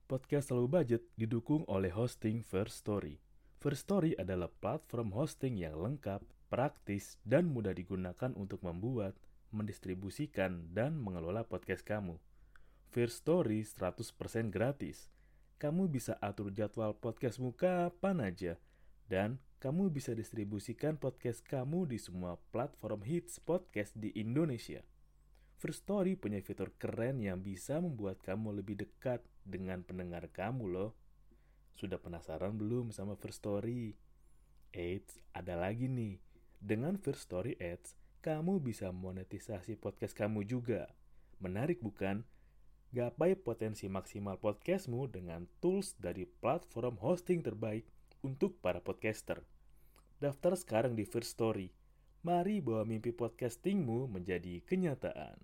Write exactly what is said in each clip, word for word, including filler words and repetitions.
Podcast Selalu Budget didukung oleh hosting First Story. First Story adalah platform hosting yang lengkap, praktis, dan mudah digunakan untuk membuat, mendistribusikan, dan mengelola podcast kamu. First Story seratus persen gratis. Kamu bisa atur jadwal podcastmu kapan aja, dan kamu bisa distribusikan podcast kamu di semua platform hits podcast di Indonesia. First Story punya fitur keren yang bisa membuat kamu lebih dekat dengan pendengar kamu loh. Sudah penasaran belum sama First Story? Eits, ada lagi nih. Dengan First Story Ads, kamu bisa monetisasi podcast kamu juga. Menarik bukan? Gapai potensi maksimal podcastmu dengan tools dari platform hosting terbaik untuk para podcaster. Daftar sekarang di First Story. Mari bawa mimpi podcastingmu menjadi kenyataan.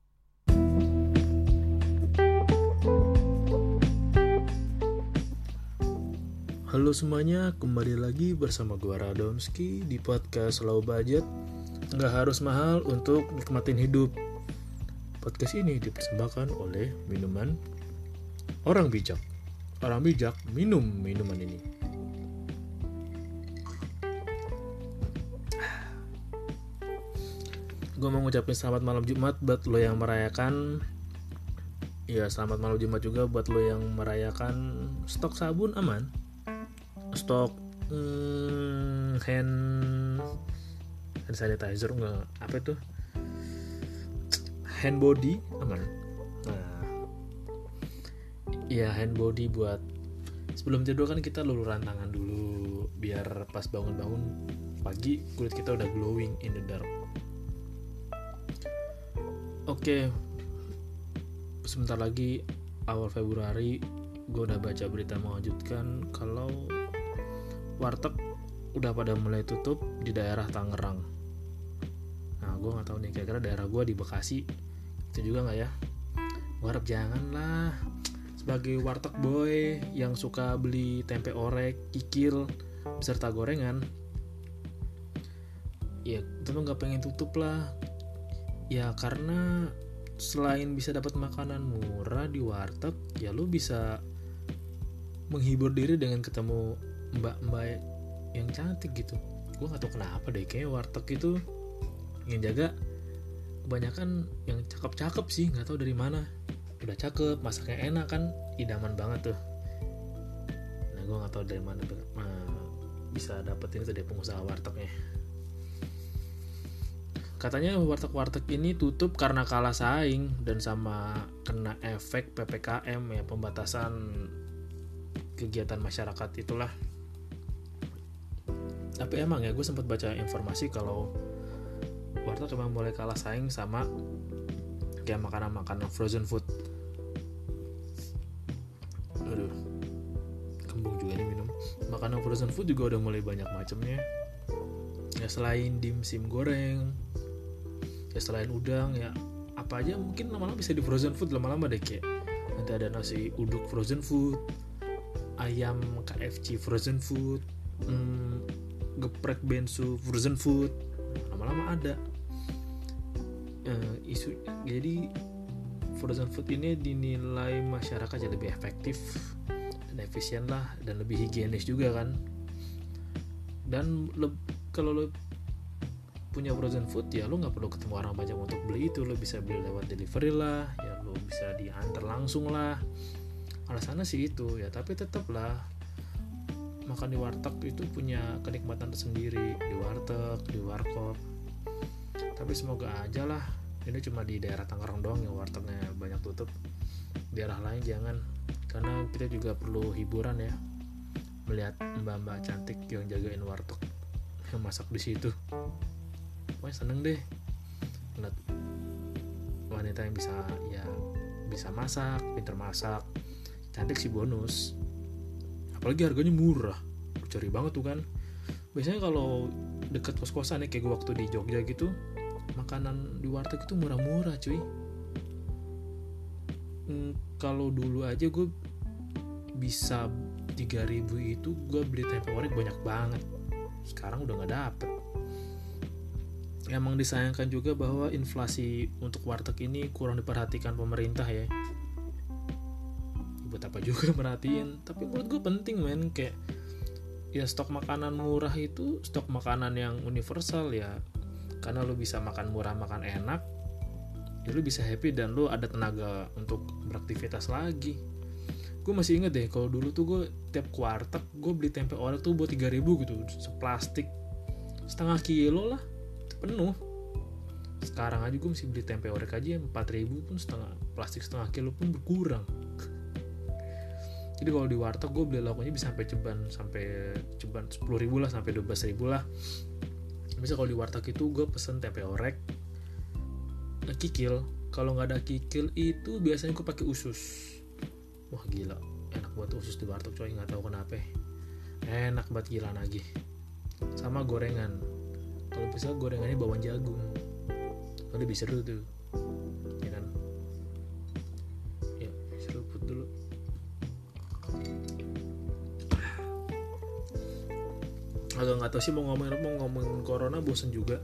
Halo semuanya, kembali lagi bersama gua Radomski di podcast Low Budget. Nggak harus mahal untuk nikmatin hidup. Podcast ini dipersembahkan oleh minuman Orang Bijak. Orang bijak minum minuman ini. Gue mau ngucapin selamat malam Jumat buat lo yang merayakan. Ya, selamat malam Jumat juga buat lo yang merayakan stok sabun aman. Stok hmm, hand hand sanitizer nggak apa itu hand body aman. Nah, ya hand body buat sebelum tidur kan kita luluran tangan dulu biar pas bangun-bangun pagi kulit kita udah glowing in the dark. Oke, sebentar lagi awal Februari gue udah baca berita mengejutkan kalau warteg udah pada mulai tutup di daerah Tangerang. Nah, gue nggak tahu nih kira-kira daerah gue di Bekasi itu juga nggak ya? Gue harap jangan lah. Sebagai warteg boy yang suka beli tempe orek, kikil, beserta gorengan, ya tentu nggak pengen tutup lah. Ya karena selain bisa dapat makanan murah di warteg, ya lu bisa menghibur diri dengan ketemu mbak-mbak yang cantik gitu. Gue gak tahu kenapa deh, kayak warteg itu yang jaga kebanyakan yang cakep-cakep sih, gak tahu dari mana. Udah cakep, masaknya enak kan, idaman banget tuh. Nah, gue gak tahu dari mana bisa dapetin itu dari pengusaha wartegnya. Katanya warteg-warteg ini tutup karena kalah saing dan sama kena efek P P K M ya, pembatasan kegiatan masyarakat itulah. Tapi emang ya gue sempat baca informasi kalau warteg emang boleh kalah saing sama kayak makanan-makanan frozen food. Aduh, kembung juga nih minum. Makanan frozen food juga udah mulai banyak macamnya. Ya selain dimsum goreng, ya selain udang, ya apa aja mungkin lama-lama bisa di frozen food lama-lama deh, kayak nanti ada nasi uduk frozen food, ayam K F C frozen food, hmm, geprek bensu frozen food, lama-lama ada. Uh, isu jadi frozen food ini dinilai masyarakat jadi lebih efektif dan efisien lah, dan lebih higienis juga kan. Dan le- kalau lo punya frozen food ya lo nggak perlu ketemu orang banyak untuk beli itu, lo bisa beli lewat delivery lah, ya lo bisa diantar langsung lah. Alasannya sih itu ya, tapi tetap lah makan di warteg itu punya kenikmatan tersendiri di warteg, di warkop. Tapi semoga aja lah ini cuma di daerah Tangerang doang yang wartegnya banyak tutup, daerah lain jangan, karena kita juga perlu hiburan ya, melihat mbak-mbak cantik yang jagain warteg yang masak di situ. Pokoknya seneng deh ngeliat wanita yang bisa ya bisa masak, pinter masak, cantik sih bonus. Apalagi harganya murah, cari banget tuh kan. Biasanya kalau deket kos-kosan ya, kayak gue waktu di Jogja gitu, makanan di warteg itu murah-murah cuy. Hmm, kalau dulu aja gue bisa tiga ribu itu gue beli tempe orek banyak banget. Sekarang udah gak dapet. Emang disayangkan juga bahwa inflasi untuk warteg ini kurang diperhatikan pemerintah ya. buat apa juga merhatiin. Tapi menurut gue penting men, kayak ya stok makanan murah itu stok makanan yang universal ya, karena lu bisa makan murah makan enak ya lu bisa happy dan lu ada tenaga untuk beraktivitas lagi. Gue masih inget deh kalau dulu tuh gue tiap kuartek gue beli tempe orek tuh buat tiga ribu gitu, seplastik setengah kilo lah penuh. Sekarang aja gue masih beli tempe orek aja empat ribu pun setengah plastik setengah kilo pun berkurang. Jadi kalau di warteg gue beli lauknya bisa sampai ceban sampai ceban sepuluh ribu lah sampai dua belas ribu lah. Bisa kalau di warteg itu gue pesen tempe orek, nah, kikil. Kalau nggak ada kikil itu biasanya gue pakai usus. Wah gila, enak buat usus di warteg coy, nggak tahu kenapa. Enak banget gila lagi. Sama gorengan. Kalau bisa gorengannya bawang jagung. Lebih seru tuh. Ya kan? Ya, seru put dulu. Agak nggak tahu sih mau ngomongin mau ngomongin corona, bosen juga.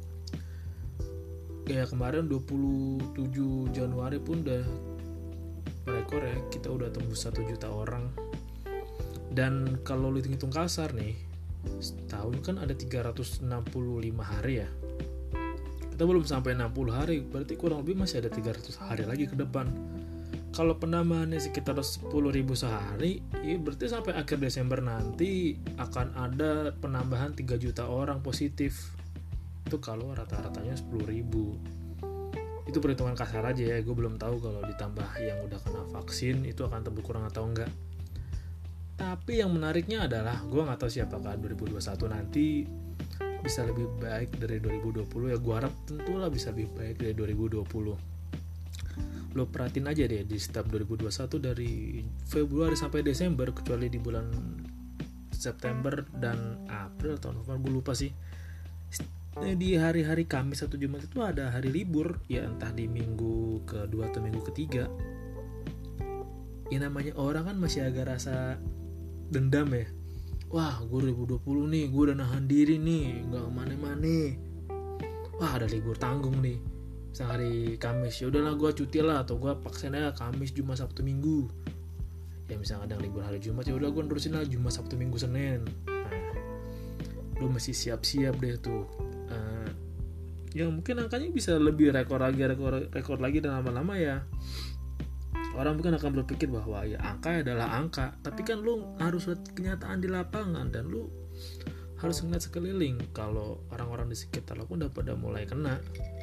Kayak kemarin dua puluh tujuh Januari pun udah rekor ya, kita udah tembus satu juta orang. Dan kalau lu hitung kasar nih, setahun kan ada tiga ratus enam puluh lima hari ya. Kita belum sampai enam puluh hari, berarti kurang lebih masih ada tiga ratus hari lagi ke depan. Kalau penambahannya sekitar sepuluh ribu sehari, ya berarti sampai akhir Desember nanti akan ada penambahan tiga juta orang positif. Itu kalau rata-ratanya sepuluh ribu. Itu perhitungan kasar aja ya, gue belum tahu kalau ditambah yang udah kena vaksin itu akan berkurang atau enggak. Tapi yang menariknya adalah gue nggak tahu sih apakah dua ribu dua puluh satu nanti bisa lebih baik dari dua ribu dua puluh ya. Gue harap tentulah bisa lebih baik dari dua ribu dua puluh. Lo perhatiin aja deh di setiap dua ribu dua puluh satu dari Februari sampai Desember, kecuali di bulan September dan April atau November gue lupa sih. Di hari-hari Kamis atau Jumat itu ada hari libur ya, entah di minggu kedua atau minggu ketiga. Ya namanya orang kan masih agak rasa dendam ya. Wah gue dua ribu dua puluh nih, gue udah nahan diri nih, gak kemana-mana. Wah ada libur tanggung nih, misal hari Kamis, ya udahlah gue cuti lah, atau gue paksain aja Kamis, Jumat, Sabtu, Minggu. Ya misalnya ada libur hari Jumat, ya udah gue nerusin lah Jumat, Sabtu, Minggu, Senin. Nah, lu masih siap-siap deh tuh. Uh, ya mungkin angkanya bisa lebih rekor lagi, rekor, rekor lagi, dan lama-lama ya orang mungkin akan berpikir bahwa ya angka adalah angka, tapi kan lu harus lihat kenyataan di lapangan dan lu harus ngeliat sekeliling. Kalau orang-orang di sekitar lo pun udah pada mulai kena.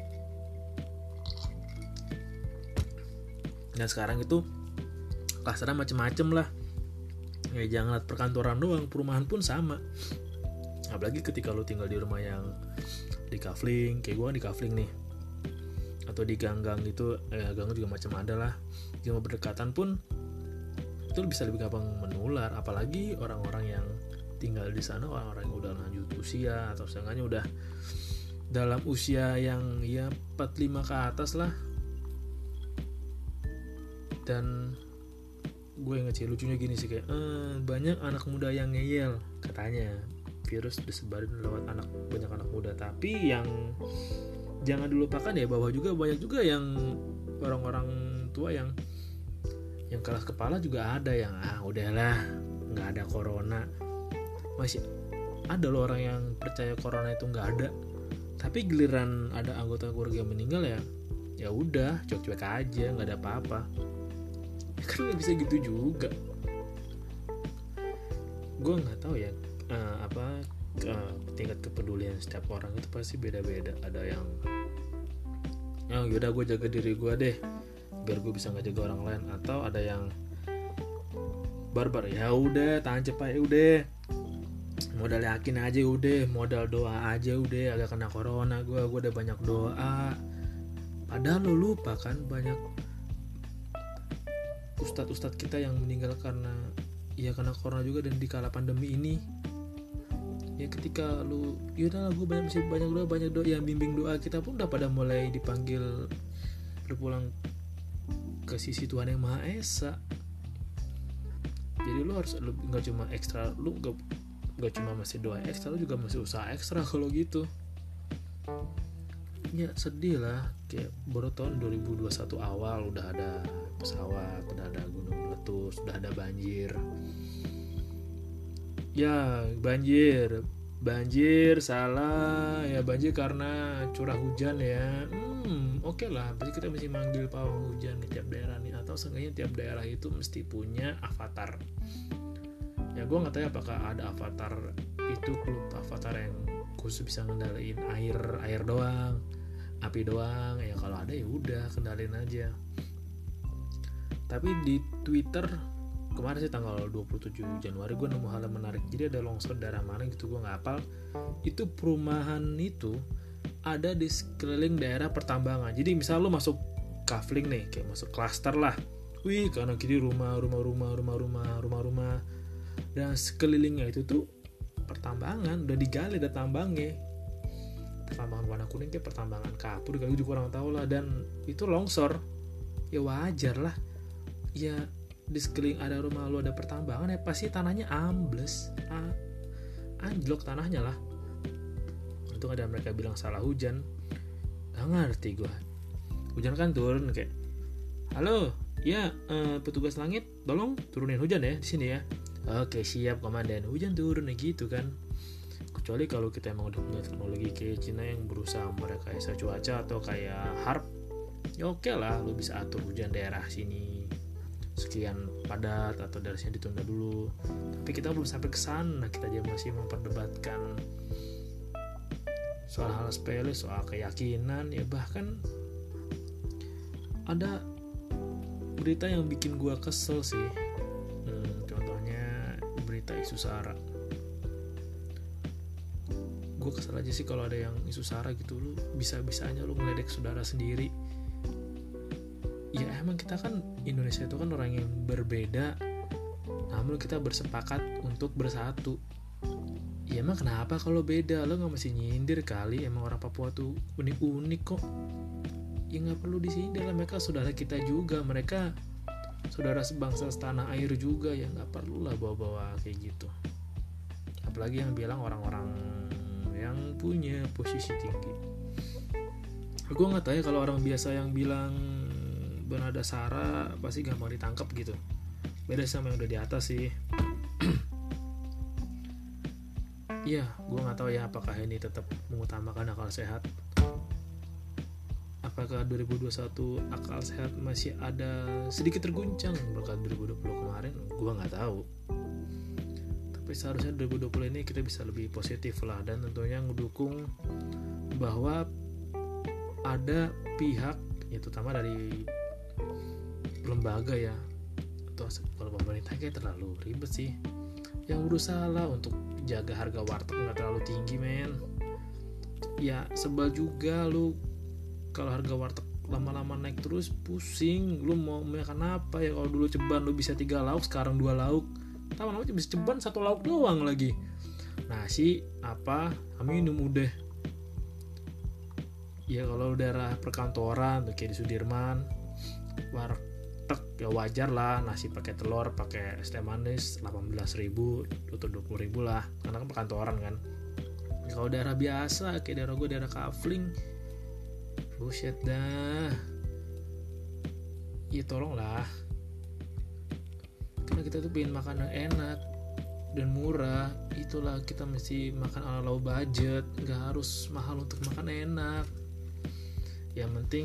Dan sekarang itu klasternya macem-macem lah. Ya jangan lihat perkantoran doang, perumahan pun sama. Apalagi ketika lu tinggal di rumah yang di kafling, kayak gue kan di kafling nih, atau di gang-gang gitu, ya gang juga macam ada lah. Yang berdekatan pun itu bisa lebih gampang menular, apalagi orang-orang yang tinggal di sana, orang-orang yang udah lanjut usia atau setengahnya udah dalam usia yang ya empat puluh lima ke atas lah. Dan gue inget sih lucunya gini sih, kayak eh, banyak anak muda yang ngeyel katanya virus disebarin lewat anak banyak anak muda. Tapi yang jangan dilupakan ya bahwa juga banyak juga yang orang-orang tua yang yang keras kepala juga ada yang ah udahlah nggak ada corona. Masih ada loh orang yang percaya corona itu nggak ada, tapi giliran ada anggota keluarga yang meninggal ya ya udah cuek-cuek aja, nggak ada apa-apa. Kan nggak bisa gitu juga. Gue nggak tahu ya uh, apa uh, tingkat kepedulian setiap orang itu pasti beda-beda. Ada yang oh yaudah gue jaga diri gue deh biar gue bisa nggak jaga orang lain, atau ada yang barbar ya udah tancep aja udah, modal yakin aja udah, modal doa aja udah, agak kena corona gue gue udah banyak doa. Padahal lo lupa kan banyak ustadz-ustadz kita yang meninggal karena ya karena corona juga. Dan di kala pandemi ini ya ketika lu yaudah gue banyak masih banyak doa banyak doa yang bimbing doa kita pun udah pada mulai dipanggil berpulang ke sisi Tuhan yang Maha Esa. Jadi lu harus nggak cuma ekstra, lu nggak nggak cuma masih doa ekstra, lu juga masih usaha ekstra kalau gitu. ya sedih lah, kayak baru tahun dua ribu dua puluh satu awal udah ada pesawat, udah ada gunung meletus, udah ada banjir. Ya banjir banjir salah ya, banjir karena curah hujan ya. Hmm oke okay lah, berarti kita mesti manggil pawang hujan di tiap daerah nih, atau seenggaknya tiap daerah itu mesti punya avatar. Ya gue nggak tahu apakah ada avatar itu, klub avatar yang khusus bisa ngendaliin air air doang, api doang. Ya kalau ada ya udah kendalin aja. Tapi di Twitter kemarin sih tanggal dua puluh tujuh Januari gue nemu hal yang menarik. Jadi ada longsor daerah mana gitu gue nggak hafal. Itu perumahan itu ada di sekeliling daerah pertambangan. Jadi misal lo masuk kafling nih, kayak masuk klaster lah. Wih, kanan kiri rumah, rumah, rumah, rumah, rumah, rumah, rumah. Dan sekelilingnya itu tuh pertambangan, udah digali, ada tambangnya. Pertambangan warna kuning kayak pertambangan kapur, kali juga orang tahu lah. Dan itu longsor, ya wajar lah. Ya di sekeliling ada rumah lu ada pertambangan, ya pasti tanahnya ambles, ah, anjlok tanahnya lah. Untung ada mereka bilang salah hujan. Gak ngerti gue. Hujan kan turun kayak, halo, ya uh, petugas langit, tolong turunin hujan ya di sini ya. Oke siap komandan, hujan turun gitu kan. Kecuali kalau kita emang udah punya teknologi kayak Cina yang berusaha merekayasa cuaca atau kayak HARP, ya oke lah, lu bisa atur hujan daerah sini sekian padat atau dari sini ditunda dulu. Tapi kita belum sampai ke sana, kita aja masih memperdebatkan soal hal sepele, soal keyakinan. Ya bahkan ada berita yang bikin gua kesel sih. Hmm, contohnya berita isu SARA. Gue kesel aja sih kalau ada yang isu SARA gitu, lu bisa-bisanya lu ngeledek saudara sendiri. Ya emang kita kan Indonesia itu kan orang yang berbeda, namun kita bersepakat untuk bersatu. Ya emang kenapa kalau beda? Lo gak mesti nyindir kali, emang orang Papua tuh unik-unik kok. Ya gak perlu disindir lah, mereka saudara kita juga, mereka saudara sebangsa setanah air juga. Ya gak perlu lah bawa-bawa kayak gitu. Apalagi yang bilang orang-orang yang punya posisi tinggi. Gue gak tahu ya kalau orang biasa yang bilang bernada SARA pasti gampang ditangkap gitu. Beda sama yang udah di atas sih. Iya, gue nggak tahu ya apakah ini tetap mengutamakan akal sehat. Apakah dua ribu dua puluh satu akal sehat masih ada sedikit terguncang berkat dua ribu dua puluh kemarin? Gue nggak tahu. Tapi seharusnya dua ribu dua puluh ini kita bisa lebih positif lah, dan tentunya ngedukung bahwa ada pihak, ya terutama dari lembaga ya, atau kalau pemerintah kayak terlalu ribet sih, yang berusaha lah untuk jaga harga warteg nggak terlalu tinggi men. Ya sebel juga lu kalau harga warteg lama-lama naik terus, pusing. Lu mau makan apa ya? Kalau dulu ceban lu bisa tiga lauk, sekarang dua lauk. Lama-lama bisa ceban satu lauk doang lagi. Nasi apa? Minum udah. Ya kalau daerah perkantoran tuh kayak di Sudirman, warteg ya wajar lah, nasi pakai telur, pakai es teh manis delapan belas ribu atau dua puluh ribu lah, karena kan perkantoran kan. Ya, kalau daerah biasa kayak daerah gue, daerah kafling, buset dah. Ya tolong lah, karena kita tuh pengen makanan enak dan murah. Itulah kita mesti makan ala low budget, nggak harus mahal untuk makan enak. Yang penting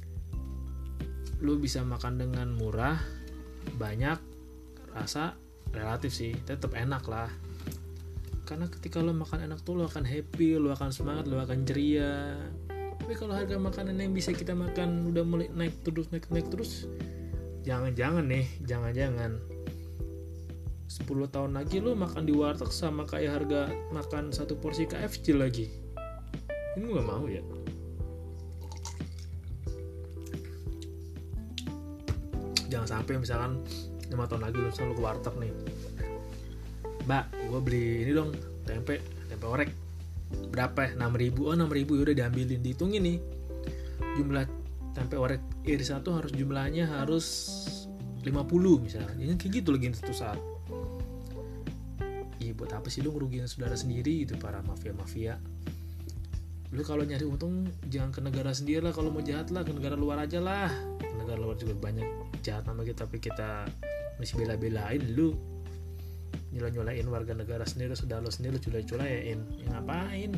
lu bisa makan dengan murah, banyak, rasa relatif sih, tetap enak lah. Karena ketika lu makan enak tuh lu akan happy, lu akan semangat, lu akan ceria. Tapi kalau harga makanan yang bisa kita makan udah mulai naik terus, naik naik terus, jangan-jangan nih, jangan-jangan sepuluh tahun lagi lu makan di warteg sama kayak harga makan satu porsi K F C lagi. Ini gak mau ya. Jangan sampai misalkan lima tahun lagi lu selalu ke warteg nih, mbak gue beli ini dong tempe tempe orek berapa ya, enam ribu. Oh enam ribu ya udah diambilin, dihitungin nih jumlah tempe orek irisan tuh harus jumlahnya harus lima puluh misalnya. Ini kayak gitu lagi satu saat. Iya buat apa sih lu ngerugiin saudara sendiri gitu, para mafia-mafia. lu kalau nyari untung jangan ke negara sendiri lah, kalau mau jahat lah ke negara luar aja lah. Negara luar juga banyak jahat sama kita, tapi kita masih bela-belain lu nyola-nyolain warga negara sendiri, sudah lo sendiri lu culai-culain, ya ngapain?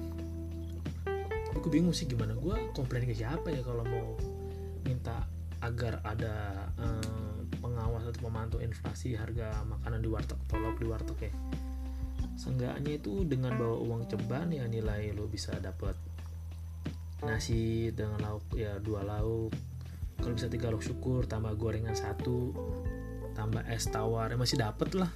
Gue bingung sih gimana gue komplain ke siapa ya kalau mau minta agar ada eh, pengawas atau pemantau inflasi harga makanan di warteg, tolong di warteg ya. Seenggaknya itu dengan bawa uang ceban ya nilai lo bisa dapat nasi dengan lauk ya dua lauk, kalau bisa tiga lauk syukur, tambah gorengan satu, tambah es tawar ya masih dapat lah.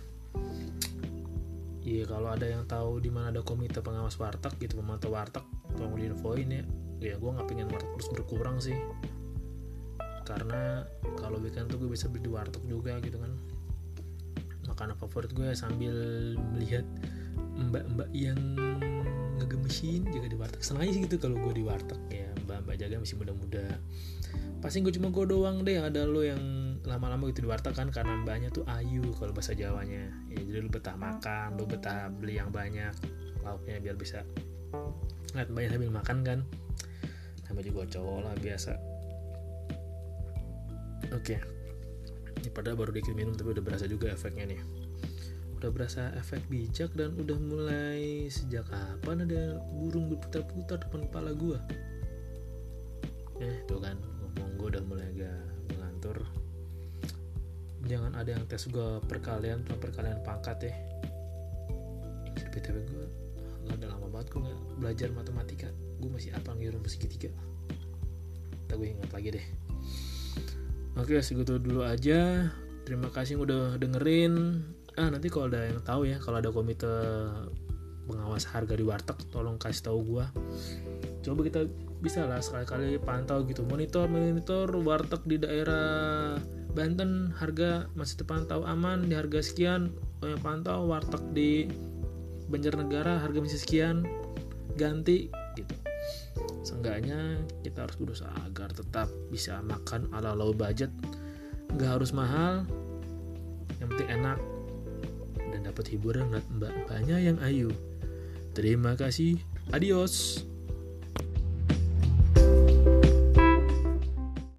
Iya, kalau ada yang tahu di mana ada komite pengawas warteg gitu, pemantau warteg, tolong diinfoin ya. Ya gue nggak pengen warteg terus berkurang sih, karena kalau weekend tuh gue bisa beli di warteg juga gitu kan. Makanan favorit gue sambil melihat mbak-mbak yang ngegemesin juga di warteg. Senang aja sih gitu kalau gue di warteg ya, mbak-mbak jaga masih muda-muda. Pasti gue cuma gue doang deh, ada lo yang lama-lama gitu di warteg kan, karena mbaknya tuh ayu kalau bahasa Jawanya ya, jadi lu betah makan, lu betah beli yang banyak lauknya biar bisa ngeliat mbaknya sambil makan kan. Sama juga cowok lah biasa. Oke, ini padahal baru dikit minum tapi udah berasa juga efeknya nih. Udah berasa efek bijak dan udah mulai sejak kapan ada burung berputar-putar depan kepala gue. Eh tuh kan, ngomong gue udah mulai agak ngelantur. Jangan ada yang tes gue perkalian atau perkalian pangkat ya. Jadi B T W gue gak ada lama banget gue gak belajar matematika. Gue masih apa ngirum segitiga. Ntar gue ingat lagi deh. Oke, segitu dulu aja. Terima kasih udah dengerin. Ah nanti kalau ada yang tahu ya, kalau ada komite pengawas harga di warteg, tolong kasih tahu gue. Coba kita bisa lah sekali-kali pantau gitu, monitor monitor warteg di daerah Banten harga masih terpantau aman di harga sekian. Oh yang pantau warteg di Banjarnegara harga masih sekian, ganti gitu. Seenggaknya kita harus berusaha agar tetap bisa makan ala low budget, nggak harus mahal, yang penting enak dan dapat hiburan mbak-mbaknya yang ayu. Terima kasih, adios.